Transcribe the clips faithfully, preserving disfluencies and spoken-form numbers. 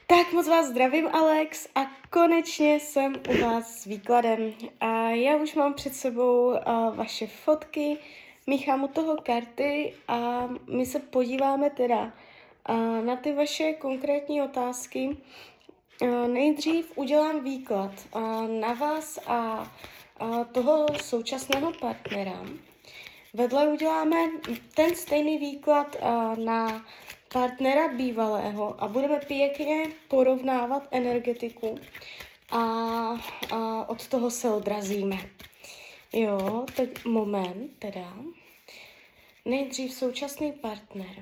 Tak moc vás zdravím, Alex, a konečně jsem u vás s výkladem. A já už mám před sebou a, vaše fotky, míchám u toho karty a my se podíváme teda a, na ty vaše konkrétní otázky. A, nejdřív udělám výklad a, na vás a, a toho současného partnera. Vedle uděláme ten stejný výklad a, na partnera bývalého a budeme pěkně porovnávat energetiku a, a od toho se odrazíme. Jo, teď moment teda. Nejdřív současný partner.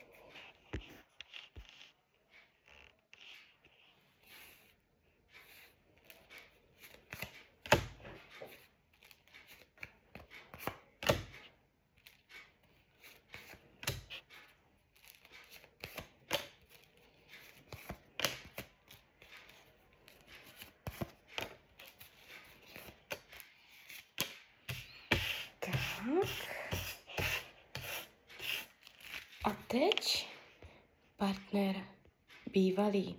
A teď partner bývalý.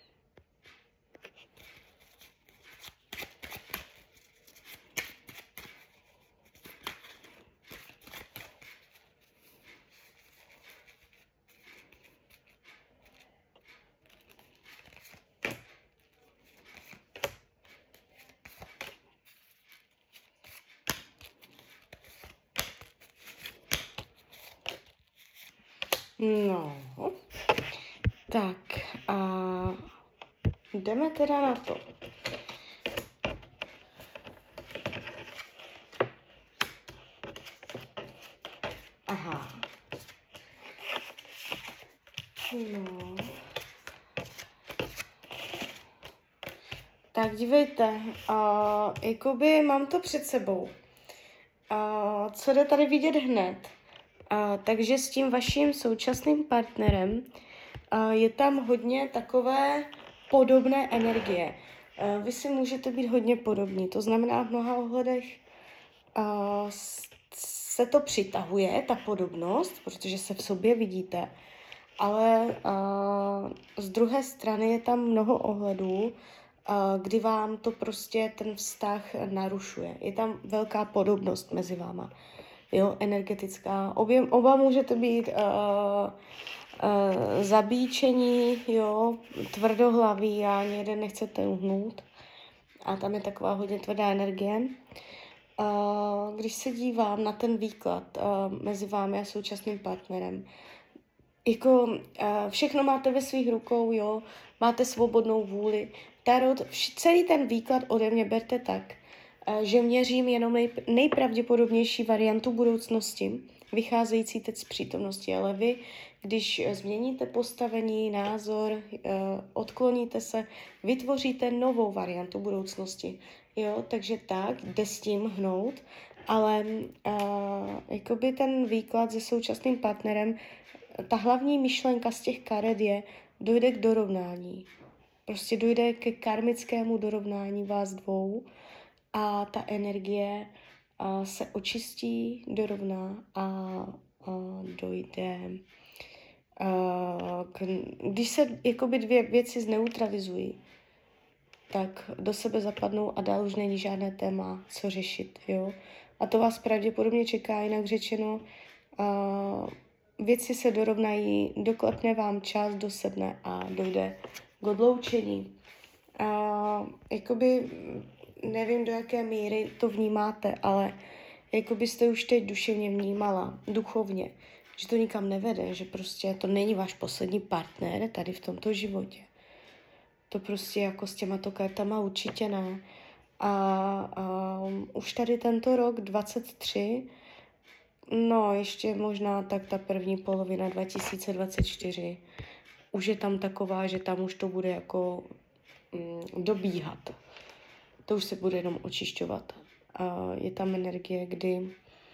No, tak a jdeme teda na to. Aha. No. Tak dívejte, uh, jakoby mám to před sebou. Uh, co jde tady vidět hned? Uh, takže s tím vaším současným partnerem uh, je tam hodně takové podobné energie. Uh, vy si můžete být hodně podobní, to znamená v mnoha ohledech uh, se to přitahuje, ta podobnost, protože se v sobě vidíte, ale uh, z druhé strany je tam mnoho ohledů, uh, kdy vám to prostě ten vztah narušuje. Je tam velká podobnost mezi váma. Jo, energetická. Obě, oba můžete být uh, uh, zabíčení, jo, tvrdohlaví a ani jeden nechcete uhnout. A tam je taková hodně tvrdá energie. Uh, když se dívám na ten výklad uh, mezi vámi a současným partnerem, jako uh, všechno máte ve svých rukou, jo, máte svobodnou vůli. Tarot, vš- celý ten výklad ode mě berte tak, že měřím jenom nej- nejpravděpodobnější variantu budoucnosti, vycházející teď z přítomnosti, ale vy, když změníte postavení, názor, odkloníte se, vytvoříte novou variantu budoucnosti. Jo, takže tak, jde s tím hnout, ale uh, jakoby ten výklad se současným partnerem, ta hlavní myšlenka z těch karet je, dojde k dorovnání. Prostě dojde ke karmickému dorovnání vás dvou, a ta energie a, se očistí, dorovná a, a dojde. A, k, když se jakoby dvě věci zneutralizují, tak do sebe zapadnou a dál už není žádné téma, co řešit. Jo? A to vás pravděpodobně čeká, jinak řečeno, a, věci se dorovnají, doklepne vám čas, dosedne a dojde k odloučení. A, jakoby nevím, do jaké míry to vnímáte, ale jako byste už teď duševně vnímala, duchovně, že to nikam nevede, že prostě to není váš poslední partner tady v tomto životě. To prostě jako s těmato kartama určitě ne. A, a už tady tento rok dvacet tři, no ještě možná tak ta první polovina dva tisíce dvacet čtyři, už je tam taková, že tam už to bude jako mm, dobíhat. To už se bude jenom očišťovat. Uh, je tam energie, kdy uh,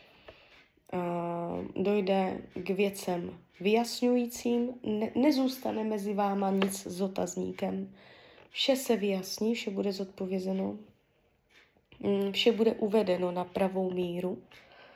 dojde k věcem vyjasňujícím, ne- nezůstane mezi váma nic s otazníkem. Vše se vyjasní, vše bude zodpovězeno, um, vše bude uvedeno na pravou míru. Uh,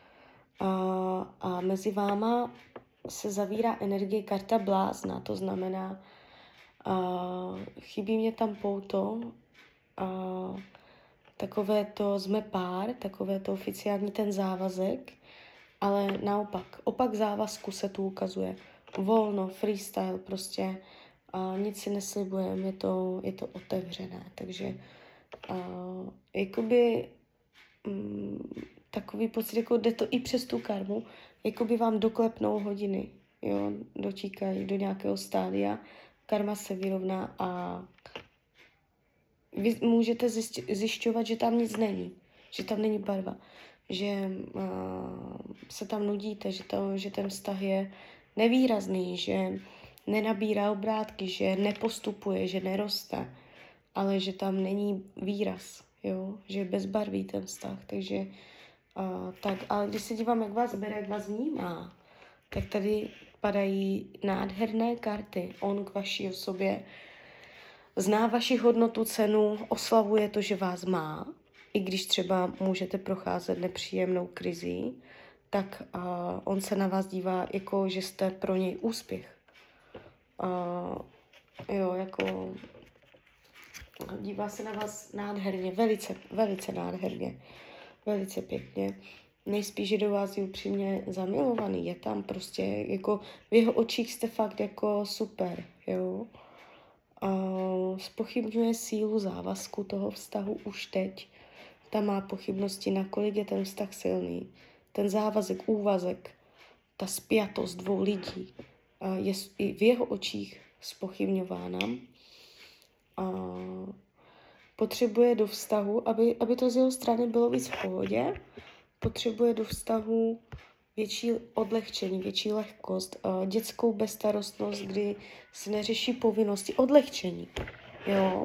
a mezi váma se zavírá energie karta blázna, to znamená, uh, chybí mě tam pouto a takové to jsme pár, takové to oficiální ten závazek, ale naopak, opak závazku se tu ukazuje. Volno, freestyle, prostě a nic si neslibujeme, je to, je to otevřené, takže a, jakoby mm, takový pocit, jako jde to i přes tu karmu, jakoby vám doklepnou hodiny, jo, dotíkají do nějakého stádia, karma se vyrovná a vy můžete zjišťovat, že tam nic není, že tam není barva, že uh, se tam nudíte, že, to, že ten vztah je nevýrazný, že nenabírá obrátky, že nepostupuje, že neroste, ale že tam není výraz, jo? Že je bezbarvý ten vztah. Takže uh, tak, ale když se dívám, jak vás bere, jak vás vnímá, tak tady padají nádherné karty. On k vaší osobě zná vaši hodnotu, cenu, oslavuje to, že vás má, i když třeba můžete procházet nepříjemnou krizí, tak uh, on se na vás dívá jako, že jste pro něj úspěch. Uh, jo, jako dívá se na vás nádherně, velice, velice nádherně, velice pěkně. Nejspíš je do vás je upřímně zamilovaný, je tam prostě, jako v jeho očích jste fakt jako super, jo. Uh, zpochybňuje sílu závazku toho vztahu už teď. Tam má pochybnosti, nakolik je ten vztah silný. Ten závazek, úvazek, ta spjatost dvou lidí uh, je i v jeho očích zpochybňována. Uh, potřebuje do vztahu, aby, aby to z jeho strany bylo víc v pohodě, potřebuje do vztahu větší odlehčení, větší lehkost, uh, dětskou bezstarostnost, kdy se neřeší povinnosti, odlehčení, jo.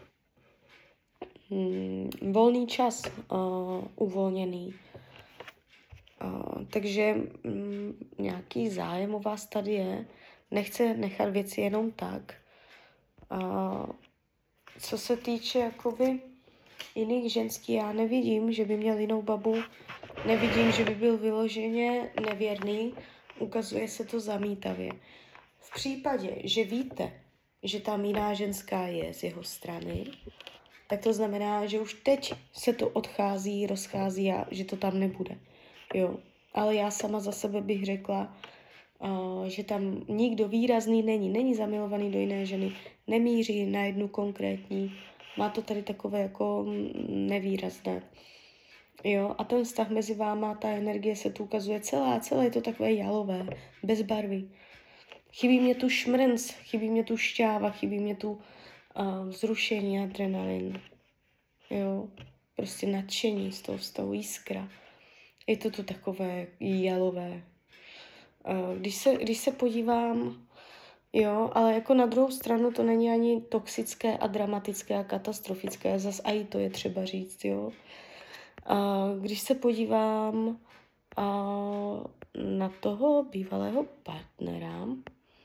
Hmm, volný čas, uh, uvolněný. Uh, takže um, nějaký zájem o vás tady je, nechce nechat věci jenom tak. Uh, co se týče jakoby jiných ženských, já nevidím, že by měl jinou babu, nevidím, že by byl vyloženě nevěrný, ukazuje se to zamítavě. V případě, že víte, že tam jiná ženská je z jeho strany, tak to znamená, že už teď se to odchází, rozchází a že to tam nebude. Jo. Ale já sama za sebe bych řekla, uh, že tam nikdo výrazný není, není zamilovaný do jiné ženy, nemíří na jednu konkrétní, má to tady takové jako nevýrazné. Jo, a ten vztah mezi váma, ta energie se tu ukazuje celá, celé je to takové jalové, bez barvy. Chybí mě tu šmrnc, chybí mě tu šťáva, chybí mě tu uh, vzrušení, adrenalin. Jo, prostě nadšení z toho vztahu, jiskra. Je to tu takové jalové. Uh, když, se, když se podívám, jo, ale jako na druhou stranu to není ani toxické a dramatické a katastrofické, zas i to je třeba říct, jo. Uh, když se podívám uh, na toho bývalého partnera, uh,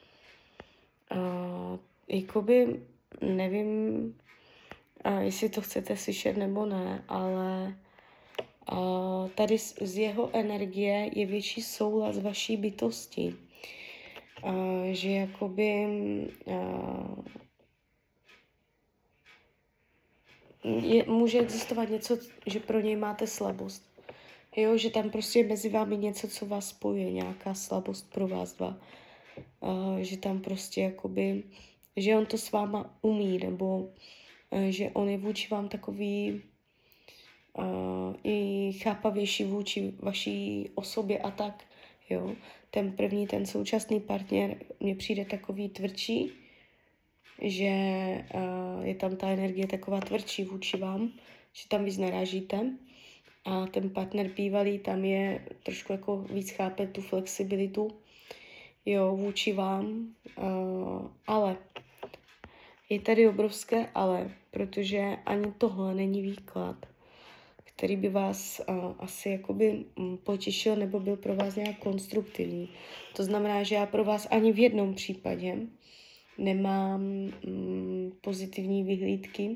jakoby nevím, uh, jestli to chcete slyšet nebo ne, ale uh, tady z, z jeho energie je větší soulad s vaší bytostí. Uh, že jakoby uh, je, může existovat něco, že pro něj máte slabost. Jo, že tam prostě je mezi vámi něco, co vás spojuje, nějaká slabost pro vás dva. Uh, že tam prostě jakoby, že on to s váma umí, nebo uh, že on je vůči vám takový uh, i chápavější vůči vaší osobě a tak, jo. Ten první, ten současný partner mně přijde takový tvrdší, že uh, je tam ta energie taková tvrdší vůči vám, že tam víc narážíte. A ten partner bývalý tam je trošku jako víc chápe tu flexibilitu, jo, vůči vám, uh, ale je tady obrovské ale, protože ani tohle není výklad, který by vás uh, asi jakoby um, potěšil nebo byl pro vás nějak konstruktivní. To znamená, že já pro vás ani v jednom případě nemám um, pozitivní vyhlídky.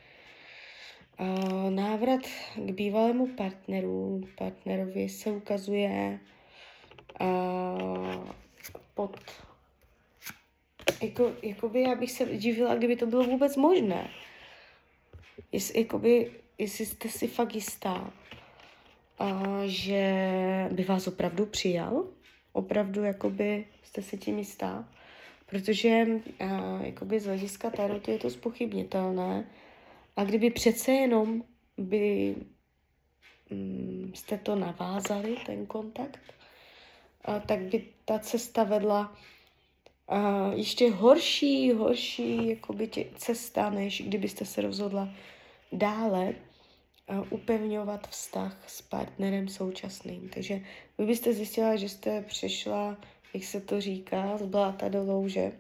Uh, návrat k bývalému partneru, partnerovi se ukazuje uh, pod jako, jakoby já bych se divila, kdyby to bylo vůbec možné. Jestli, jakoby, jestli jste si fakt jistá, a, že by vás opravdu přijal, opravdu jakoby jste si tím jistá, protože a, jakoby z hlediska tarotu je to zpochybnitelné a kdyby přece jenom by mm, jste to navázali, ten kontakt, a, tak by ta cesta vedla a, ještě horší, horší jakoby tě, cesta, než kdybyste se rozhodla dále a, upevňovat vztah s partnerem současným. Takže vy byste zjistila, že jste přešla, jak se to říká, z bláta do louže.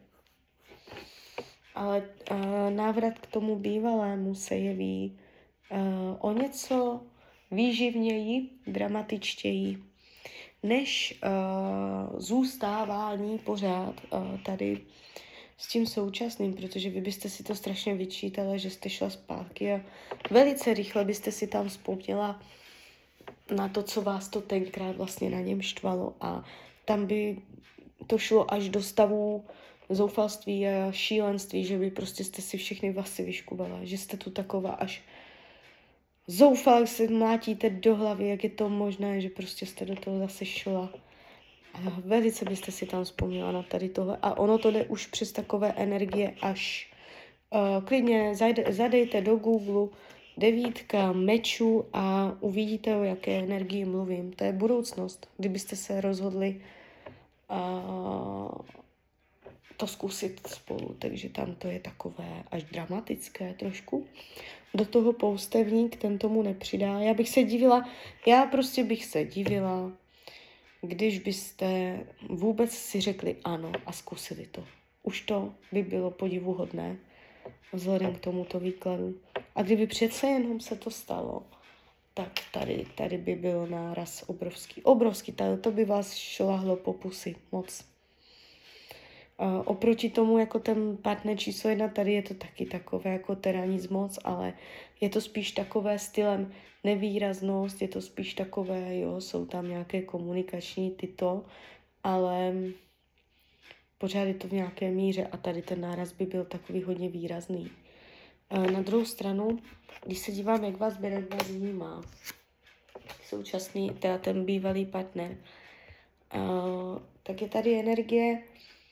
Ale uh, návrat k tomu bývalému se jeví uh, o něco výživněji, dramatičtěji, než uh, zůstávání pořád uh, tady s tím současným, protože vy byste si to strašně vyčítala, že jste šla zpátky a velice rychle byste si tam vzpomněla na to, co vás to tenkrát vlastně na něm štvalo a tam by to šlo až do stavu zoufalství a šílenství, že by prostě jste si všechny vlasy vyškubala, že jste tu taková až zoufalá, se mlátíte do hlavy, jak je to možné, že prostě jste do toho zase šla. A velice byste si tam vzpomněla na tady tohle. A ono to jde už přes takové energie až uh, klidně zajde, zadejte do Google devítka mečů a uvidíte, o jaké energii mluvím. To je budoucnost, kdybyste se rozhodli uh, to zkusit spolu. Takže tam to je takové až dramatické trošku. Do toho poustevník, ten tomu nepřidá. Já bych se divila, já prostě bych se divila, když byste vůbec si řekli ano a zkusili to. Už to by bylo podivuhodné vzhledem k tomuto výkladu. A kdyby přece jenom se to stalo, tak tady, tady by byl náraz obrovský. Obrovský, tady to by vás šlahlo po pusy moc. Uh, oproti tomu, jako ten partner číslo jedna, tady je to taky takové, jako teda nic moc, ale je to spíš takové stylem nevýraznost, je to spíš takové, jo, jsou tam nějaké komunikační tyto, ale pořád je to v nějaké míře a tady ten náraz by byl takový hodně výrazný. Uh, na druhou stranu, když se dívám, jak vás bere, jak vás vnímá současný, teda ten bývalý partner, uh, tak je tady energie.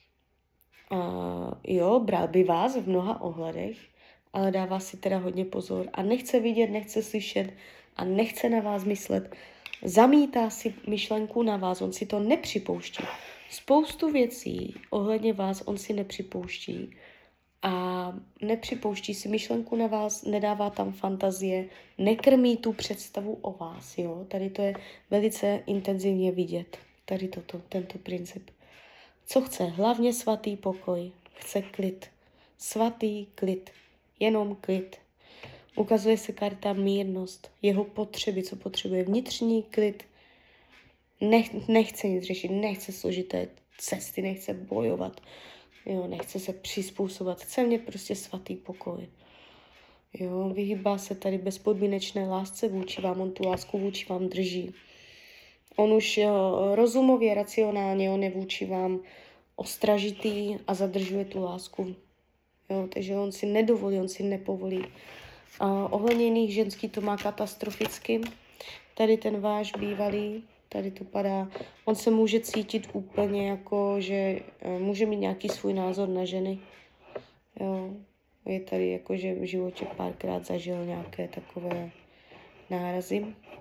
Uh, jo, bral by vás v mnoha ohledech, ale dává si teda hodně pozor a nechce vidět, nechce slyšet a nechce na vás myslet. Zamítá si myšlenku na vás, on si to nepřipouští. Spoustu věcí ohledně vás on si nepřipouští a nepřipouští si myšlenku na vás, nedává tam fantazie, nekrmí tu představu o vás, jo. Tady to je velice intenzivně vidět, tady toto, tento princip. Co chce? Hlavně svatý pokoj. Chce klid. Svatý klid. Jenom klid. Ukazuje se karta mírnost. Jeho potřeby, co potřebuje. Vnitřní klid. Nech, nechce nic řešit. Nechce složité cesty. Nechce bojovat. Jo, nechce se přizpůsobovat. Chce mít prostě svatý pokoj. Jo, vyhýbá se tady bezpodmínečné lásce vůči vám. On tu lásku vůči vám drží. On už jo, rozumově, racionálně, on je vůči vám ostražitý a zadržuje tu lásku. Jo, takže on si nedovolí, on si nepovolí. A ohledně jiných ženský to má katastroficky. Tady ten váš bývalý, tady to padá, on se může cítit úplně jako, že může mít nějaký svůj názor na ženy. Jo, je tady jako, že v životě párkrát zažil nějaké takové nárazy.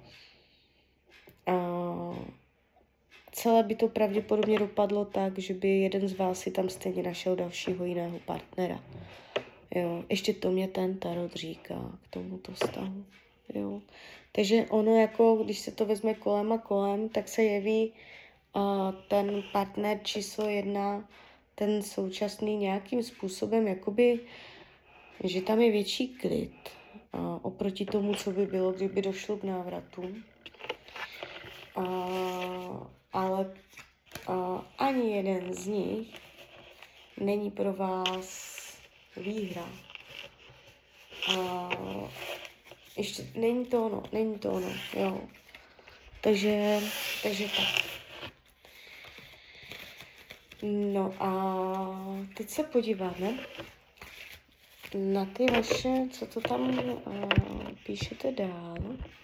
A celé by to pravděpodobně dopadlo tak, že by jeden z vás si tam stejně našel dalšího jiného partnera. Jo, ještě to mě ten tarot říká k tomuto vztahu. Jo. Takže ono jako, když se to vezme kolem a kolem, tak se jeví uh, ten partner číslo jedna, ten současný nějakým způsobem, jakoby, že tam je větší klid uh, oproti tomu, co by bylo, kdyby došlo k návratu. Uh, ale uh, ani jeden z nich není pro vás výhra. Uh, ještě není to ono, není to ono, jo. Takže, takže tak. No a teď se podíváme na ty vaše, co to tam uh, píšete dál.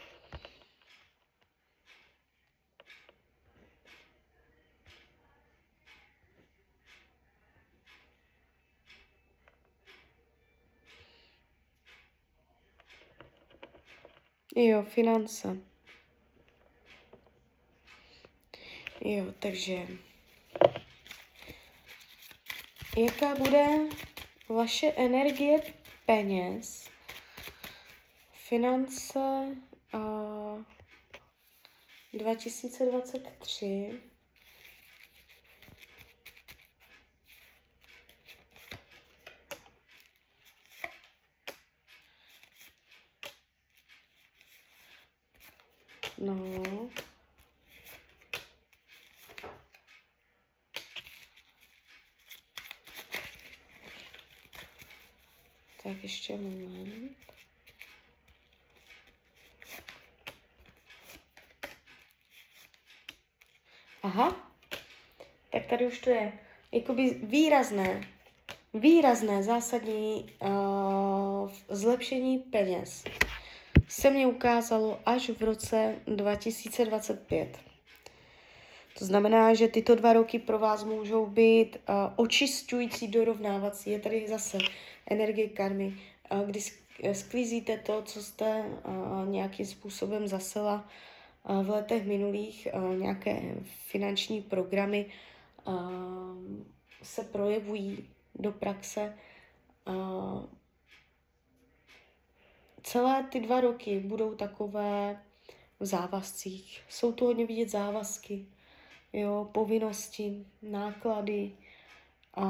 Jo, finance. Jo, takže jaká bude vaše energie peněz, finance uh, dva tisíce dvacet tři, no, tak ještě moment. Aha, tak tady už to je jakoby výrazné, výrazné zásadní uh, zlepšení peněz se mně ukázalo až v roce dva tisíce dvacet pět. To znamená, že tyto dva roky pro vás můžou být uh, očišťující, dorovnávací. Je tady zase energie karmy, uh, kdy sklízíte to, co jste uh, nějakým způsobem zasela uh, v letech minulých, uh, nějaké finanční programy uh, se projevují do praxe. Uh, celé ty dva roky budou takové v závazcích. Jsou tu hodně vidět závazky, jo, povinnosti, náklady. A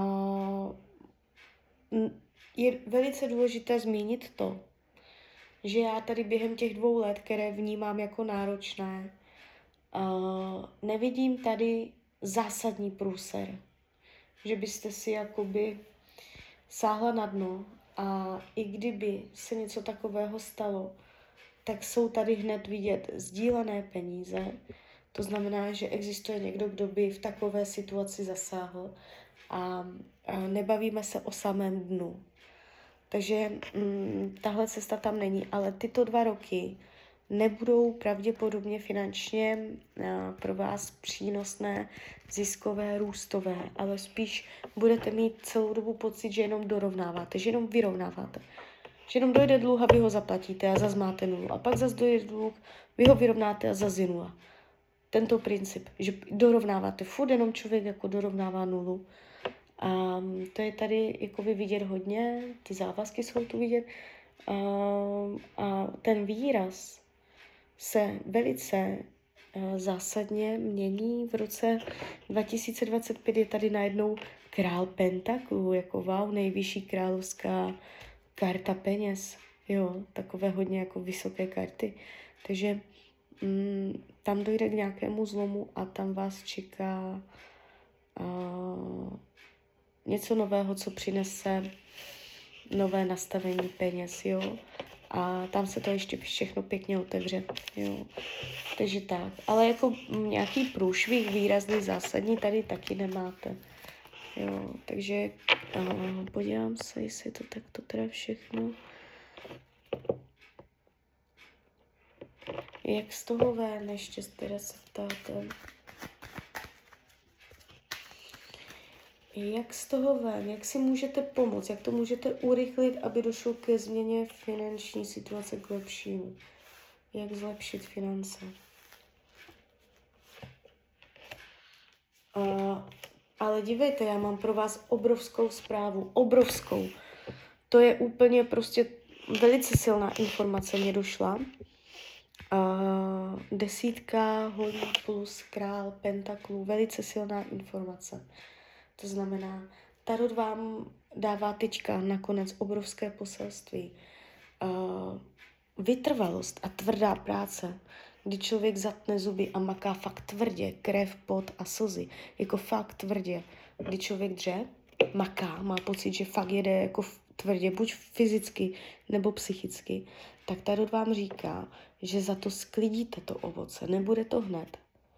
je velice důležité zmínit to, že já tady během těch dvou let, které vnímám jako náročné, uh, nevidím tady zásadní průser. Že byste si jakoby sáhla na dno a i kdyby se něco takového stalo, tak jsou tady hned vidět sdílené peníze. To znamená, že existuje někdo, kdo by v takové situaci zasáhl a, a nebavíme se o samém dnu. Takže mm, tahle cesta tam není, ale tyto dva roky nebudou pravděpodobně finančně a, pro vás přínosné, ziskové, růstové, ale spíš budete mít celou dobu pocit, že jenom dorovnáváte, že jenom vyrovnáváte. Že jenom dojde dluh a vy ho zaplatíte a zase máte nulu. A pak zase dojde dluh, vy ho vyrovnáte a zase nula. Tento princip, že dorovnáváte, furt jenom člověk jako dorovnává nulu. A to je tady jakoby vidět hodně, ty závazky jsou tu vidět. A, a ten výraz se velice zásadně mění. V roce dva tisíce dvacet pět je tady najednou král pentaklů, jako wow, nejvyšší královská karta peněz, jo, takové hodně jako vysoké karty. Takže mm, tam dojde k nějakému zlomu a tam vás čeká uh, něco nového, co přinese nové nastavení peněz, jo. A tam se to ještě všechno pěkně otevře, jo. Takže tak. Ale jako nějaký průšvih výrazný, zásadní tady taky nemáte. Jo, takže uh, podívám se, jestli je to takto teda všechno. Jak z toho ven, ještě teda se ptáte. Jak z toho ven, jak si můžete pomoct, jak to můžete urychlit, aby došlo ke změně finanční situace k lepšímu. Jak zlepšit finance. Uh, ale dívejte, já mám pro vás obrovskou zprávu, obrovskou. To je úplně prostě velice silná informace mě došla. Uh, desítka hodin plus král pentaklů, velice silná informace. To znamená, tarot vám dává teďka nakonec obrovské poselství. Uh, vytrvalost a tvrdá práce, kdy člověk zatne zuby a maká fakt tvrdě, krev, pot a slzy, jako fakt tvrdě. Kdy člověk dře, maká, má pocit, že fakt jede jako tvrdě, buď fyzicky nebo psychicky, tak tarot vám říká, že za to sklidíte to ovoce, nebude to hned,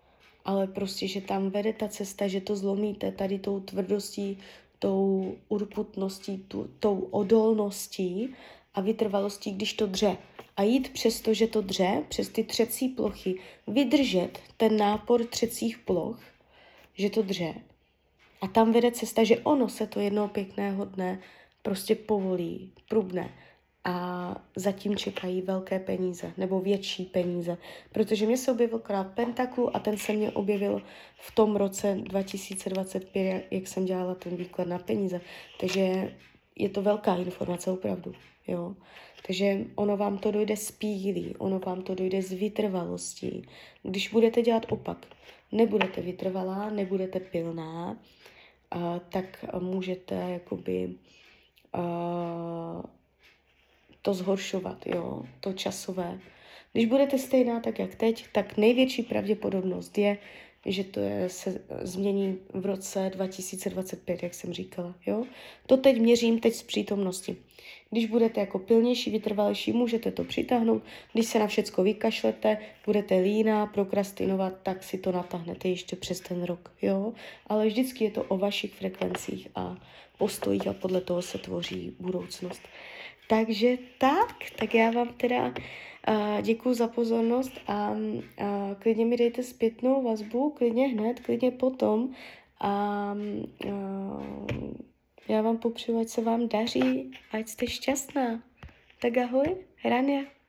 ale prostě, že tam vede ta cesta, že to zlomíte tady tou tvrdostí, tou urputností, tu, tou odolností a vytrvalostí, když to dře. A jít přes to, že to dře, přes ty třecí plochy, vydržet ten nápor třecích ploch, že to dře. A tam vede cesta, že ono se to jednoho pěkného dne prostě povolí, prubne. A zatím čekají velké peníze, nebo větší peníze. Protože mě se objevil král pentaklu a ten se mě objevil v tom roce dva tisíce dvacet pět, jak jsem dělala ten výklad na peníze. Takže je to velká informace opravdu. Jo? Takže ono vám to dojde z pílí, ono vám to dojde z vytrvalostí. Když budete dělat opak, nebudete vytrvalá, nebudete pilná, a tak můžete jakoby a, to zhoršovat, jo, to časové. Když budete stejná tak, jak teď, tak největší pravděpodobnost je, že to je, se změní v roce dva tisíce dvacet pět, jak jsem říkala, jo. To teď měřím, teď z přítomnosti. Když budete jako pilnější, vytrvalejší, můžete to přitáhnout. Když se na všecko vykašlete, budete líná, prokrastinovat, tak si to natáhnete ještě přes ten rok, jo. Ale vždycky je to o vašich frekvencích a postojích a podle toho se tvoří budoucnost. Takže tak, tak já vám teda uh, děkuju za pozornost a uh, klidně mi dejte zpětnou vazbu, klidně hned, klidně potom a uh, já vám popřeju, ať se vám daří, ať jste šťastná. Tak ahoj, Hrania.